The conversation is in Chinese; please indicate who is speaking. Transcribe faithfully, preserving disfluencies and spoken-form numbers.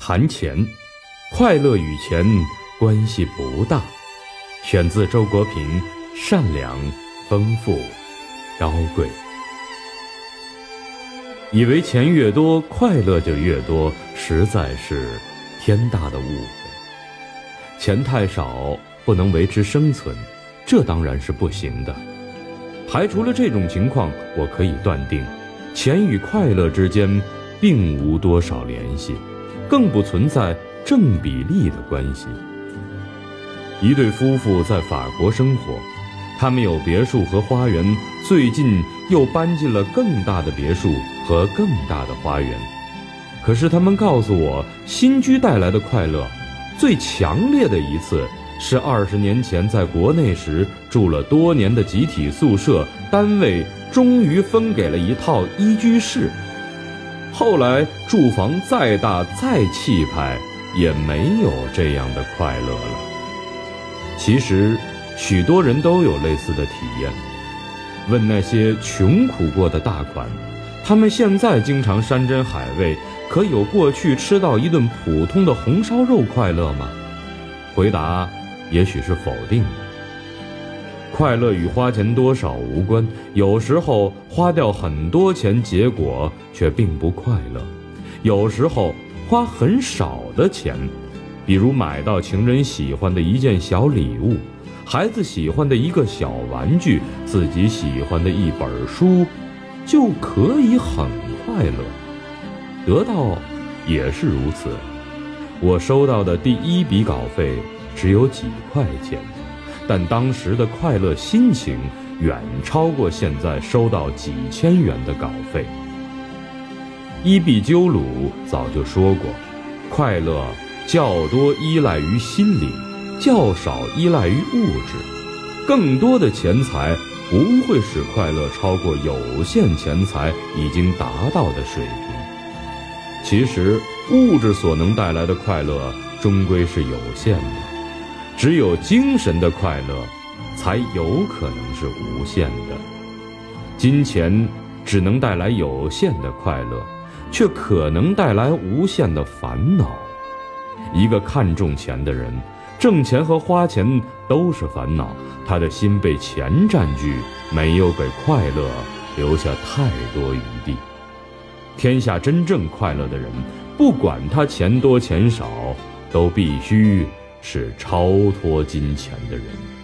Speaker 1: 谈钱，快乐与钱关系不大。选自周国平，善良、丰富、高贵。以为钱越多，快乐就越多，实在是天大的误会。钱太少，不能维持生存，这当然是不行的。排除了这种情况，我可以断定，钱与快乐之间并无多少联系，更不存在正比例的关系。一对夫妇在法国生活，他们有别墅和花园，最近又搬进了更大的别墅和更大的花园。可是他们告诉我，新居带来的快乐最强烈的一次是二十年前在国内时住了多年的集体宿舍，单位终于分给了一套一居室。后来住房再大再气派，也没有这样的快乐了。其实许多人都有类似的体验。问那些穷苦过的大款，他们现在经常山珍海味，可有过去吃到一顿普通的红烧肉快乐吗？回答也许是否定的。快乐与花钱多少无关，有时候花掉很多钱，结果却并不快乐。有时候花很少的钱，比如买到情人喜欢的一件小礼物，孩子喜欢的一个小玩具，自己喜欢的一本书，就可以很快乐。得到也是如此。我收到的第一笔稿费只有几块钱，但当时的快乐心情远超过现在收到几千元的稿费。伊壁鸠鲁早就说过，快乐较多依赖于心理，较少依赖于物质。更多的钱财不会使快乐超过有限钱财已经达到的水平。其实物质所能带来的快乐终归是有限的，只有精神的快乐才有可能是无限的。金钱只能带来有限的快乐，却可能带来无限的烦恼。一个看重钱的人，挣钱和花钱都是烦恼，他的心被钱占据，没有给快乐留下太多余地。天下真正快乐的人，不管他钱多钱少，都必须是超脱金钱的人。